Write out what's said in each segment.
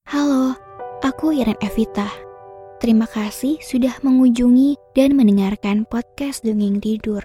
Halo, aku Iren Evita. Terima kasih sudah mengunjungi dan mendengarkan podcast Dongeng Tidur.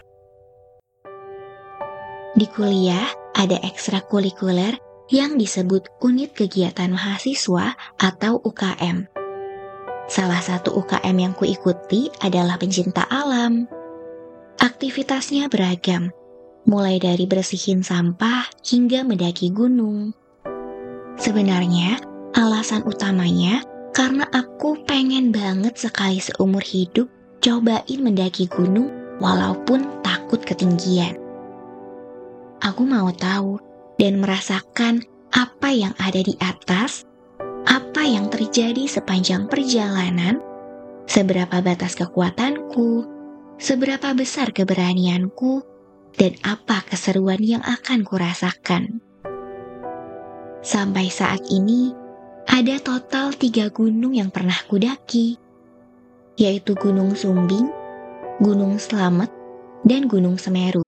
Di kuliah ada ekstrakurikuler yang disebut Unit Kegiatan Mahasiswa atau UKM. Salah satu UKM yang kuikuti adalah pencinta alam. Aktivitasnya beragam, mulai dari bersihin sampah hingga mendaki gunung. Sebenarnya, alasan utamanya karena aku pengen banget sekali seumur hidup cobain mendaki gunung walaupun takut ketinggian. Aku mau tahu dan merasakan apa yang ada di atas, apa yang terjadi sepanjang perjalanan, seberapa batas kekuatanku, seberapa besar keberanianku, dan apa keseruan yang akan kurasakan. Sampai saat ini, ada total 3 gunung yang pernah kudaki, yaitu Gunung Sumbing, Gunung Slamet, dan Gunung Semeru.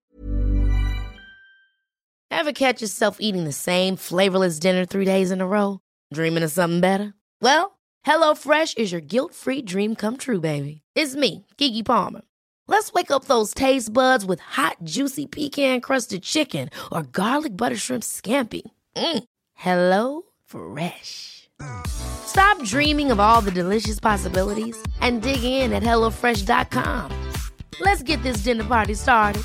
Ever catch yourself eating the same flavorless dinner 3 days in a row? Dreaming of something better? Well, HelloFresh is your guilt-free dream come true, baby. It's me, Keke Palmer. Let's wake up those taste buds with hot, juicy pecan-crusted chicken or garlic butter shrimp scampi. Hello Fresh. Stop dreaming of all the delicious possibilities and dig in at HelloFresh.com. Let's get this dinner party started.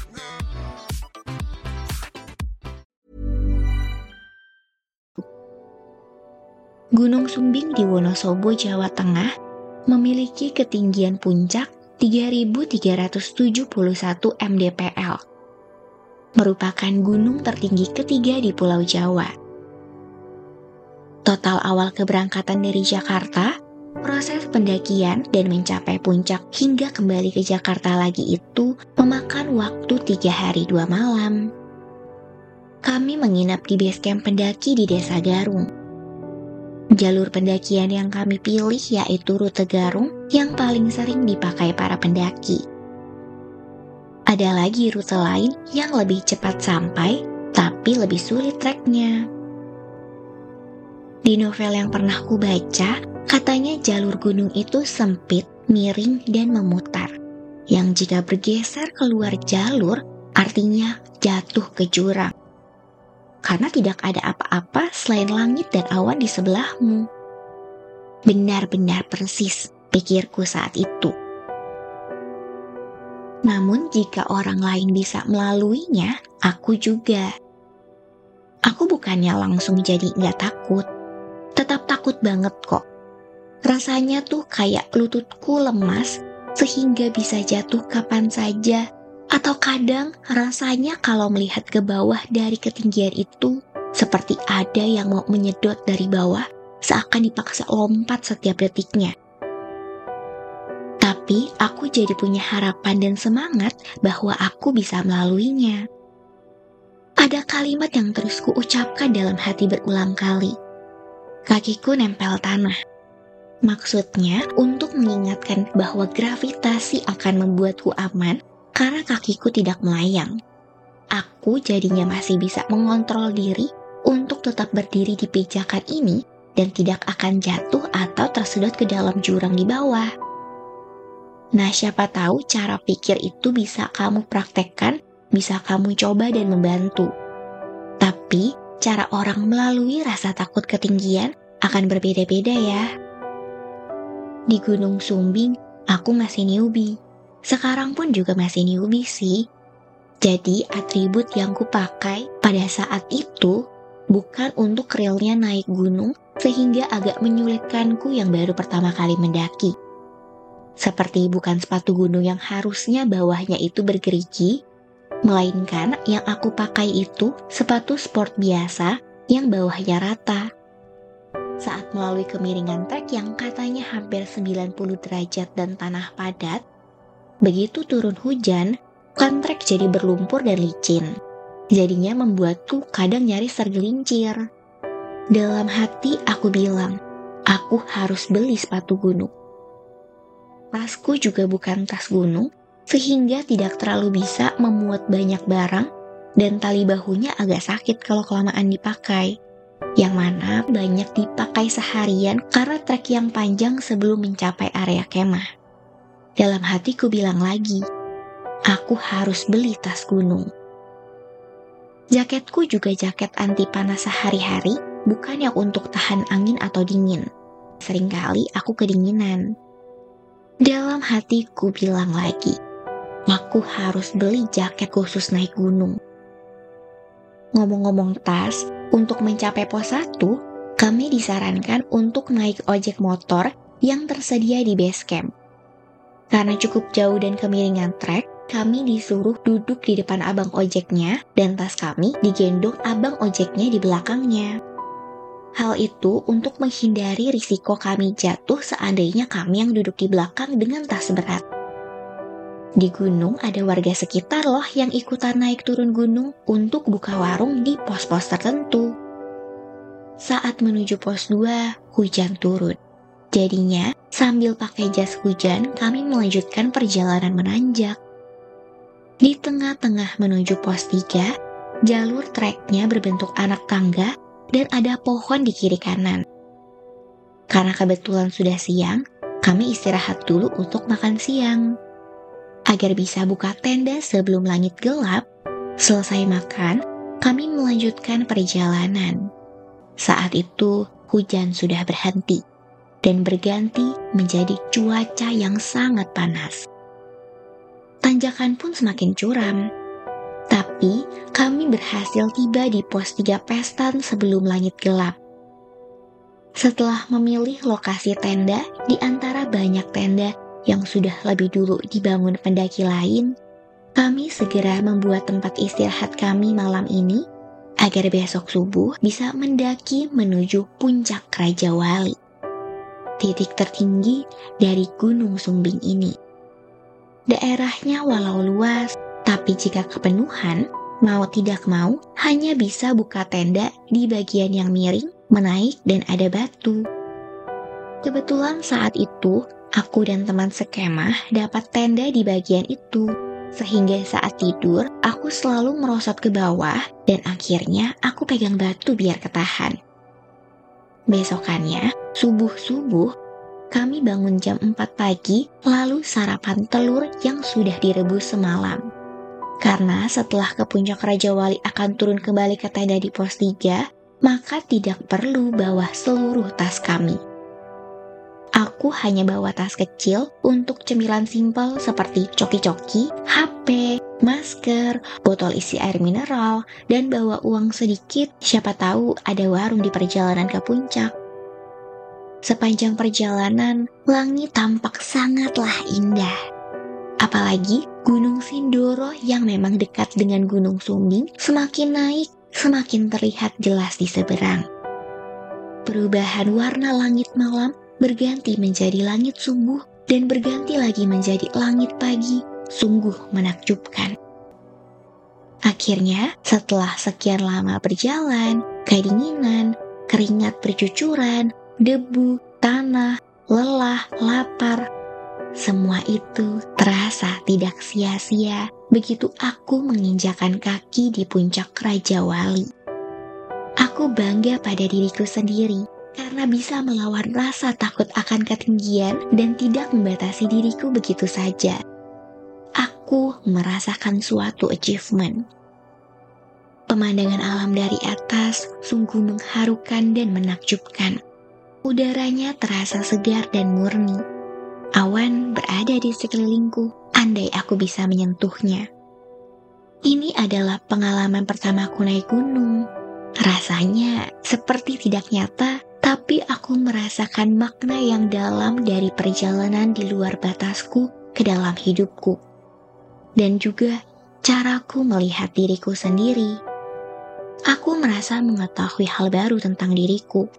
Gunung Sumbing di Wonosobo, Jawa Tengah memiliki ketinggian puncak 3.371 mdpl. Merupakan gunung tertinggi ketiga di Pulau Jawa. Total awal keberangkatan dari Jakarta, proses pendakian dan mencapai puncak hingga kembali ke Jakarta lagi itu memakan waktu 3 hari 2 malam. Kami menginap di base camp pendaki di Desa Garung. Jalur pendakian yang kami pilih yaitu rute Garung yang paling sering dipakai para pendaki. Ada lagi rute lain yang lebih cepat sampai, tapi lebih sulit treknya. Di novel yang pernah ku baca, katanya jalur gunung itu sempit, miring, dan memutar. Yang jika bergeser keluar jalur, artinya jatuh ke jurang. Karena tidak ada apa-apa selain langit dan awan di sebelahmu. Benar-benar persis, pikirku saat itu. Namun jika orang lain bisa melaluinya, aku juga. Aku bukannya langsung jadi nggak takut. Tetap takut banget kok. Rasanya tuh kayak lututku lemas sehingga bisa jatuh kapan saja. Atau kadang rasanya kalau melihat ke bawah dari ketinggian itu seperti ada yang mau menyedot dari bawah seakan dipaksa lompat setiap detiknya. Tapi aku jadi punya harapan dan semangat bahwa aku bisa melaluinya. Ada kalimat yang terus kuucapkan dalam hati berulang kali. Kakiku nempel tanah. Maksudnya untuk mengingatkan bahwa gravitasi akan membuatku aman karena kakiku tidak melayang. Aku jadinya masih bisa mengontrol diri untuk tetap berdiri di pijakan ini dan tidak akan jatuh atau tersedot ke dalam jurang di bawah. Nah, siapa tahu cara pikir itu bisa kamu praktekkan, bisa kamu coba dan membantu. Tapi, cara orang melalui rasa takut ketinggian akan berbeda-beda ya. Di Gunung Sumbing, aku masih newbie. Sekarang pun juga masih newbie sih. Jadi atribut yang kupakai pada saat itu bukan untuk realnya naik gunung sehingga agak menyulitkanku yang baru pertama kali mendaki. Seperti bukan sepatu gunung yang harusnya bawahnya itu bergerigi, melainkan yang aku pakai itu sepatu sport biasa yang bawahnya rata. Saat melalui kemiringan trek yang katanya hampir 90 derajat dan tanah padat, begitu turun hujan, kan trek jadi berlumpur dan licin. Jadinya membuatku kadang nyaris tergelincir. Dalam hati aku bilang, aku harus beli sepatu gunung. Tasku juga bukan tas gunung, sehingga tidak terlalu bisa memuat banyak barang dan tali bahunya agak sakit kalau kelamaan dipakai. yang mana banyak dipakai seharian karena trek yang panjang sebelum mencapai area kemah. Dalam hatiku bilang lagi, aku harus beli tas gunung. Jaketku juga jaket anti panas sehari-hari, bukan yang untuk tahan angin atau dingin. Seringkali aku kedinginan. Dalam hatiku bilang lagi, aku harus beli jaket khusus naik gunung. Ngomong-ngomong tas, untuk mencapai pos 1, kami disarankan untuk naik ojek motor yang tersedia di base camp. Karena cukup jauh dan kemiringan trek, kami disuruh duduk di depan abang ojeknya dan tas kami digendong abang ojeknya di belakangnya. Hal itu untuk menghindari risiko kami jatuh seandainya kami yang duduk di belakang dengan tas berat. Di gunung ada warga sekitar loh yang ikutan naik turun gunung untuk buka warung di pos-pos tertentu. Saat menuju pos 2, hujan turun. Jadinya, sambil pakai jas hujan, kami melanjutkan perjalanan menanjak. Di tengah-tengah menuju pos 3, jalur treknya berbentuk anak tangga dan ada pohon di kiri kanan. Karena kebetulan sudah siang, kami istirahat dulu untuk makan siang. Agar bisa buka tenda sebelum langit gelap, selesai makan, kami melanjutkan perjalanan. Saat itu, hujan sudah berhenti dan berganti menjadi cuaca yang sangat panas. Tanjakan pun semakin curam. Tapi, kami berhasil tiba di pos 3 Pestan sebelum langit gelap. Setelah memilih lokasi tenda di antara banyak tenda yang sudah lebih dulu dibangun pendaki lain, kami segera membuat tempat istirahat kami malam ini agar besok subuh bisa mendaki menuju puncak Raja Wali, titik tertinggi dari Gunung Sumbing ini. Daerahnya walau luas, tapi jika kepenuhan, mau tidak mau hanya bisa buka tenda di bagian yang miring, menaik dan ada batu. Kebetulan saat itu, aku dan teman sekemah dapat tenda di bagian itu, sehingga saat tidur, aku selalu merosot ke bawah dan akhirnya aku pegang batu biar ketahan. Besokannya, subuh-subuh, kami bangun jam 4 pagi lalu sarapan telur yang sudah direbus semalam. Karena setelah ke puncak Raja Wali akan turun kembali ke tenda di pos 3, maka tidak perlu bawa seluruh tas kami. Aku hanya bawa tas kecil untuk cemilan simpel seperti coki-coki, HP, masker, botol isi air mineral, dan bawa uang sedikit, siapa tahu ada warung di perjalanan ke puncak. Sepanjang perjalanan, langit tampak sangatlah indah. Apalagi Gunung Sindoro yang memang dekat dengan Gunung Sumbing semakin naik, semakin terlihat jelas di seberang. Perubahan warna langit malam berganti menjadi langit subuh dan berganti lagi menjadi langit pagi, sungguh menakjubkan. Akhirnya, setelah sekian lama berjalan, kedinginan, keringat bercucuran, debu, tanah, lelah, lapar, semua itu terasa tidak sia-sia begitu aku menginjakan kaki di puncak Raja Wali. Aku bangga pada diriku sendiri karena bisa melawan rasa takut akan ketinggian dan tidak membatasi diriku begitu saja. Aku merasakan suatu achievement. Pemandangan alam dari atas sungguh mengharukan dan menakjubkan. Udaranya terasa segar dan murni. Awan berada di sekelilingku, andai aku bisa menyentuhnya. Ini adalah pengalaman pertamaku naik gunung. Rasanya seperti tidak nyata, tapi aku merasakan makna yang dalam dari perjalanan di luar batasku ke dalam hidupku. Dan juga caraku melihat diriku sendiri. Aku merasa mengetahui hal baru tentang diriku.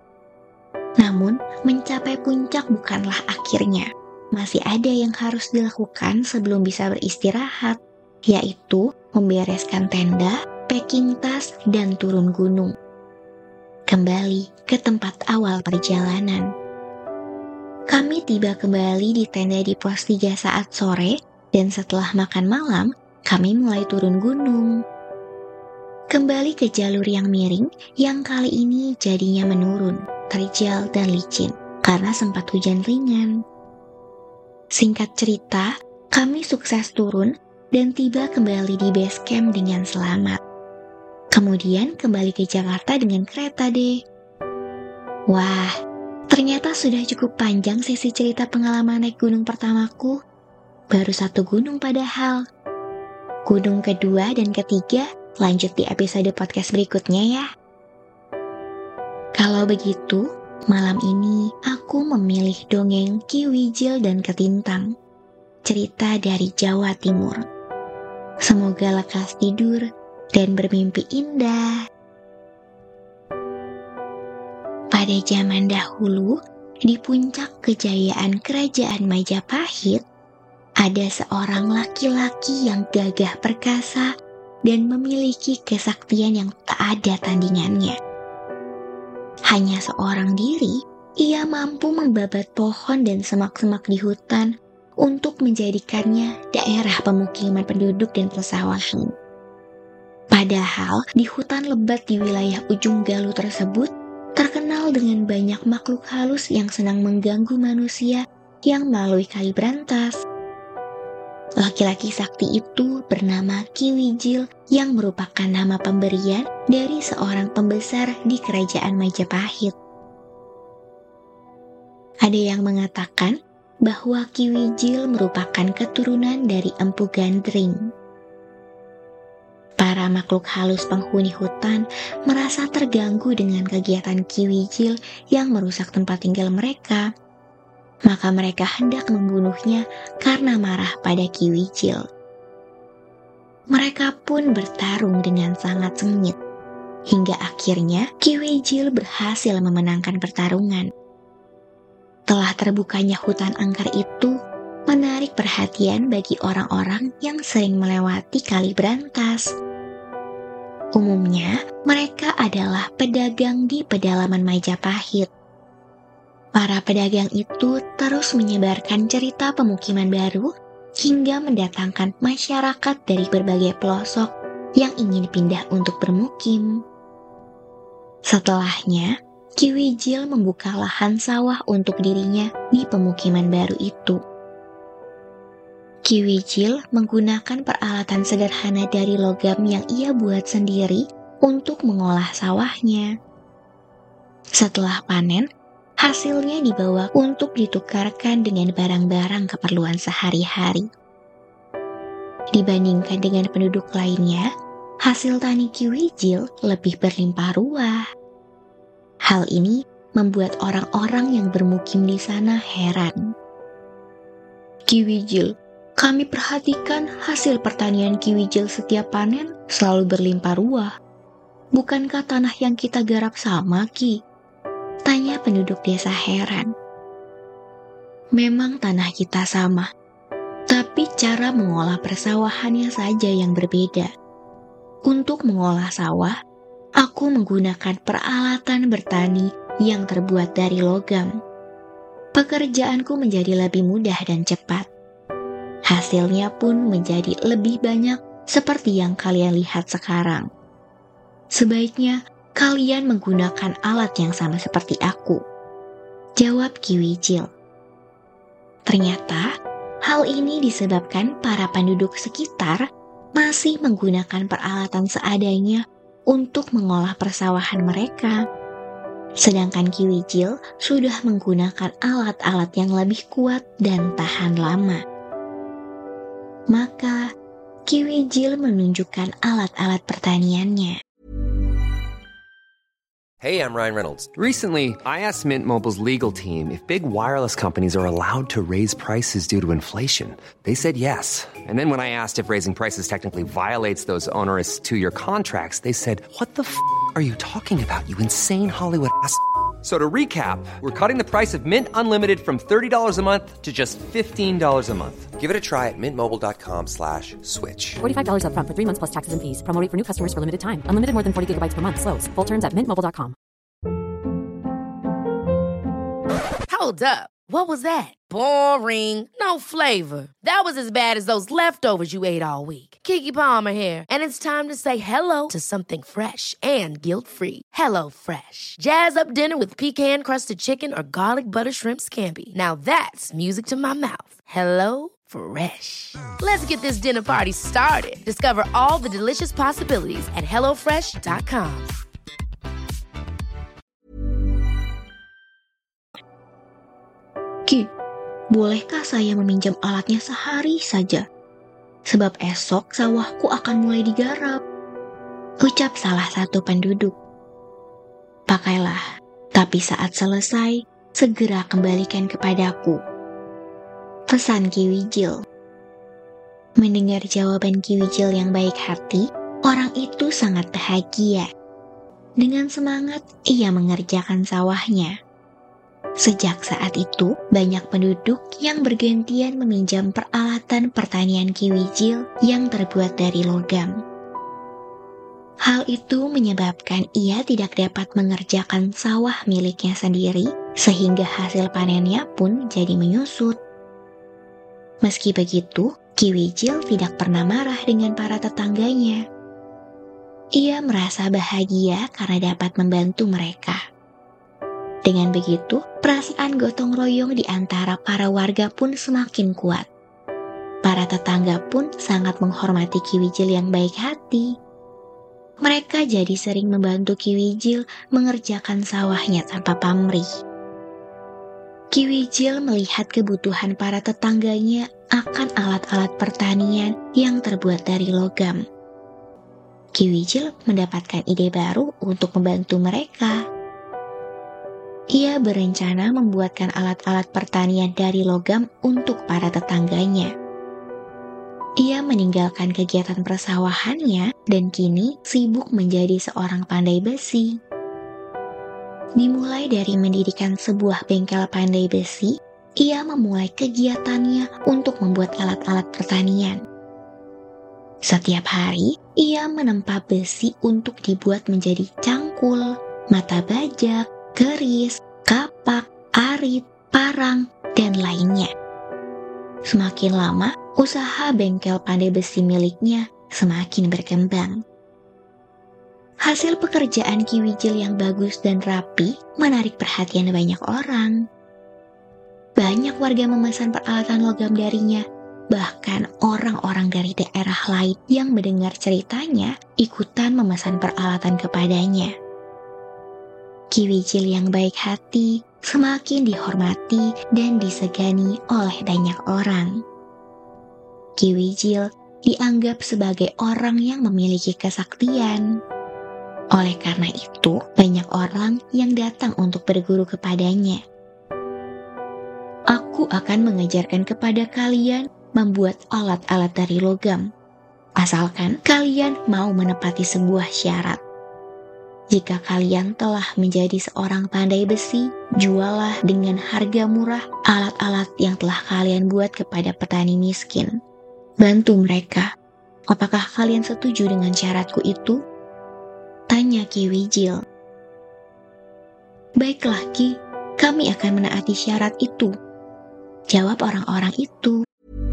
Namun, mencapai puncak bukanlah akhirnya. Masih ada yang harus dilakukan sebelum bisa beristirahat, yaitu membereskan tenda, packing tas, dan turun gunung. Kembali ke tempat awal perjalanan. Kami tiba kembali di tenda di pos 3 saat sore, dan setelah makan malam, kami mulai turun gunung. kembali ke jalur yang miring yang kali ini jadinya menurun, terjal dan licin karena sempat hujan ringan. Singkat cerita, kami sukses turun dan tiba kembali di base camp dengan selamat. Kemudian kembali ke Jakarta dengan kereta deh. Wah, ternyata sudah cukup panjang sesi cerita pengalaman naik gunung pertamaku. Baru 1 gunung padahal. Gunung kedua dan ketiga lanjut di episode podcast berikutnya ya. Kalau begitu, malam ini aku memilih dongeng Ki Wijil dan Ketintang, cerita dari Jawa Timur. Semoga lekas tidur dan bermimpi indah. Pada zaman dahulu, di puncak kejayaan Kerajaan Majapahit, ada seorang laki-laki yang gagah perkasa dan memiliki kesaktian yang tak ada tandingannya. Hanya seorang diri, ia mampu membabat pohon dan semak-semak di hutan untuk menjadikannya daerah pemukiman penduduk dan persawahan. Padahal di hutan lebat di wilayah ujung Galuh tersebut terkenal dengan banyak makhluk halus yang senang mengganggu manusia yang melalui kali berantas. Laki-laki sakti itu bernama Ki Wijil yang merupakan nama pemberian dari seorang pembesar di Kerajaan Majapahit. Ada yang mengatakan bahwa Ki Wijil merupakan keturunan dari Empu Gandring. Para makhluk halus penghuni hutan merasa terganggu dengan kegiatan Ki Wijil yang merusak tempat tinggal mereka. Maka mereka hendak membunuhnya karena marah pada Ki Wijil. Mereka pun bertarung dengan sangat sengit, hingga akhirnya Ki Wijil berhasil memenangkan pertarungan. Telah terbukanya hutan angker itu menarik perhatian bagi orang-orang yang sering melewati kali berantas. Umumnya, mereka adalah pedagang di pedalaman Majapahit. Para pedagang itu terus menyebarkan cerita pemukiman baru hingga mendatangkan masyarakat dari berbagai pelosok yang ingin pindah untuk bermukim. Setelahnya, Ki Wijil membuka lahan sawah untuk dirinya di pemukiman baru itu. Ki Wijil menggunakan peralatan sederhana dari logam yang ia buat sendiri untuk mengolah sawahnya. Setelah panen, hasilnya dibawa untuk ditukarkan dengan barang-barang keperluan sehari-hari. Dibandingkan dengan penduduk lainnya, hasil tani Ki Wijil lebih berlimpah ruah. Hal ini membuat orang-orang yang bermukim di sana heran. Ki Wijil, kami perhatikan hasil pertanian Ki Wijil setiap panen selalu berlimpah ruah. Bukankah tanah yang kita garap sama, Ki? Tanya penduduk desa heran. Memang tanah kita sama, tapi cara mengolah persawahannya saja yang berbeda. Untuk mengolah sawah, aku menggunakan peralatan bertani yang terbuat dari logam. Pekerjaanku menjadi lebih mudah dan cepat. Hasilnya pun menjadi lebih banyak seperti yang kalian lihat sekarang. Sebaiknya kalian menggunakan alat yang sama seperti aku, jawab Ki Wijil. Ternyata, hal ini disebabkan para penduduk sekitar masih menggunakan peralatan seadanya untuk mengolah persawahan mereka. Sedangkan Ki Wijil sudah menggunakan alat-alat yang lebih kuat dan tahan lama. Maka, Ki Wijil menunjukkan alat-alat pertaniannya. Hey, I'm Ryan Reynolds. Recently, I asked Mint Mobile's legal team if big wireless companies are allowed to raise prices due to inflation. They said yes. And then when I asked if raising prices technically violates those onerous 2-year contracts, they said, "What the f*** are you talking about, you insane Hollywood ass?" So to recap, we're cutting the price of Mint Unlimited from $30 a month to just $15 a month. Give it a try at mintmobile.com/switch. $45 up front for 3 months plus taxes and fees. Promo rate for new customers for limited time. Unlimited more than 40 gigabytes per month. Slows full terms at mintmobile.com. Hold up. What was that? Boring. No flavor. That was as bad as those leftovers you ate all week. Keke Palmer here, and it's time to say hello to something fresh and guilt-free. Hello Fresh. Jazz up dinner with pecan-crusted chicken or garlic butter shrimp scampi. Now that's music to my mouth. Hello Fresh. Let's get this dinner party started. Discover all the delicious possibilities at hellofresh.com. Ki, bolehkah saya meminjam alatnya sehari saja? Sebab esok sawahku akan mulai digarap. Ucap salah satu penduduk. Pakailah, tapi saat selesai, segera kembalikan kepadaku. Pesan Ki Wijil. Mendengar jawaban Ki Wijil yang baik hati, orang itu sangat bahagia. Dengan semangat, ia mengerjakan sawahnya. Sejak saat itu, banyak penduduk yang bergantian meminjam peralatan pertanian Ki Wijil yang terbuat dari logam. Hal itu menyebabkan ia tidak dapat mengerjakan sawah miliknya sendiri, sehingga hasil panennya pun jadi menyusut. Meski begitu, Ki Wijil tidak pernah marah dengan para tetangganya. Ia merasa bahagia karena dapat membantu mereka. Dengan begitu, perasaan gotong royong di antara para warga pun semakin kuat. Para tetangga pun sangat menghormati Ki Wijil yang baik hati. Mereka jadi sering membantu Ki Wijil mengerjakan sawahnya tanpa pamrih. Ki Wijil melihat kebutuhan para tetangganya akan alat-alat pertanian yang terbuat dari logam. Ki Wijil mendapatkan ide baru untuk membantu mereka. Ia berencana membuatkan alat-alat pertanian dari logam untuk para tetangganya. Ia meninggalkan kegiatan persawahannya dan kini sibuk menjadi seorang pandai besi. Dimulai dari mendirikan sebuah bengkel pandai besi, ia memulai kegiatannya untuk membuat alat-alat pertanian. Setiap hari, ia menempa besi untuk dibuat menjadi cangkul, mata bajak, keris, kapak, arit, parang, dan lainnya. Semakin lama, usaha bengkel pandai besi miliknya semakin berkembang. Hasil pekerjaan Ki Wijil yang bagus dan rapi menarik perhatian banyak orang. Banyak warga memesan peralatan logam darinya, bahkan orang-orang dari daerah lain yang mendengar ceritanya ikutan memesan peralatan kepadanya. Ki Wijil yang baik hati semakin dihormati dan disegani oleh banyak orang. Ki Wijil dianggap sebagai orang yang memiliki kesaktian. Oleh karena itu, banyak orang yang datang untuk berguru kepadanya. Aku akan mengajarkan kepada kalian membuat alat-alat dari logam, asalkan kalian mau menepati sebuah syarat. Jika kalian telah menjadi seorang pandai besi, jualah dengan harga murah alat-alat yang telah kalian buat kepada petani miskin. Bantu mereka. Apakah kalian setuju dengan syaratku itu? Tanya Ki Wijil. Baiklah Ki, kami akan menaati syarat itu. Jawab orang-orang itu.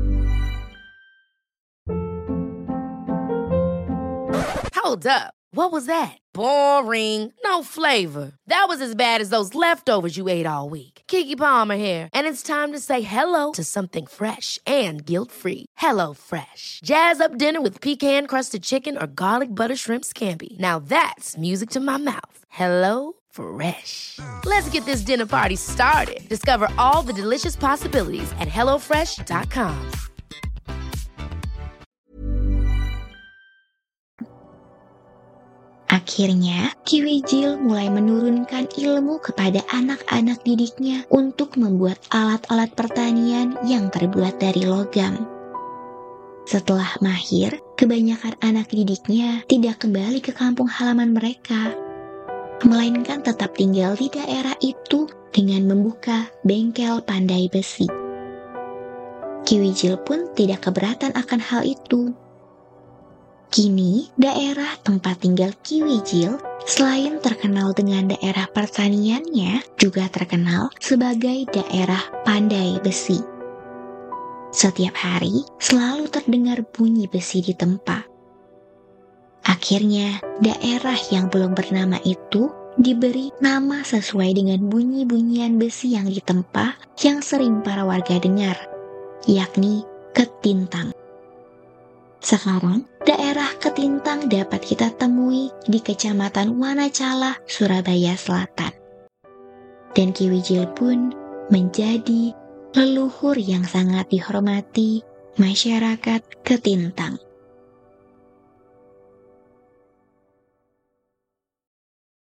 Hold up. What was that? Boring. No flavor. That was as bad as those leftovers you ate all week. Keke Palmer here, and it's time to say hello to something fresh and guilt-free. Hello Fresh. Jazz up dinner with pecan-crusted chicken or garlic butter shrimp scampi. Now that's music to my mouth. Hello Fresh. Let's get this dinner party started. Discover all the delicious possibilities at hellofresh.com. Akhirnya, Ki Wijil mulai menurunkan ilmu kepada anak-anak didiknya untuk membuat alat-alat pertanian yang terbuat dari logam. Setelah mahir, kebanyakan anak didiknya tidak kembali ke kampung halaman mereka, melainkan tetap tinggal di daerah itu dengan membuka bengkel pandai besi. Ki Wijil pun tidak keberatan akan hal itu. Kini, daerah tempat tinggal Ki Wijil selain terkenal dengan daerah pertaniannya, juga terkenal sebagai daerah pandai besi. Setiap hari selalu terdengar bunyi besi di tempat. Akhirnya, daerah yang belum bernama itu diberi nama sesuai dengan bunyi-bunyian besi yang ditempa yang sering para warga dengar, yakni Ketintang. Sekarang, daerah Ketintang dapat kita temui di Kecamatan Wanacala, Surabaya Selatan. Dan Ki Wijil pun menjadi leluhur yang sangat dihormati masyarakat Ketintang.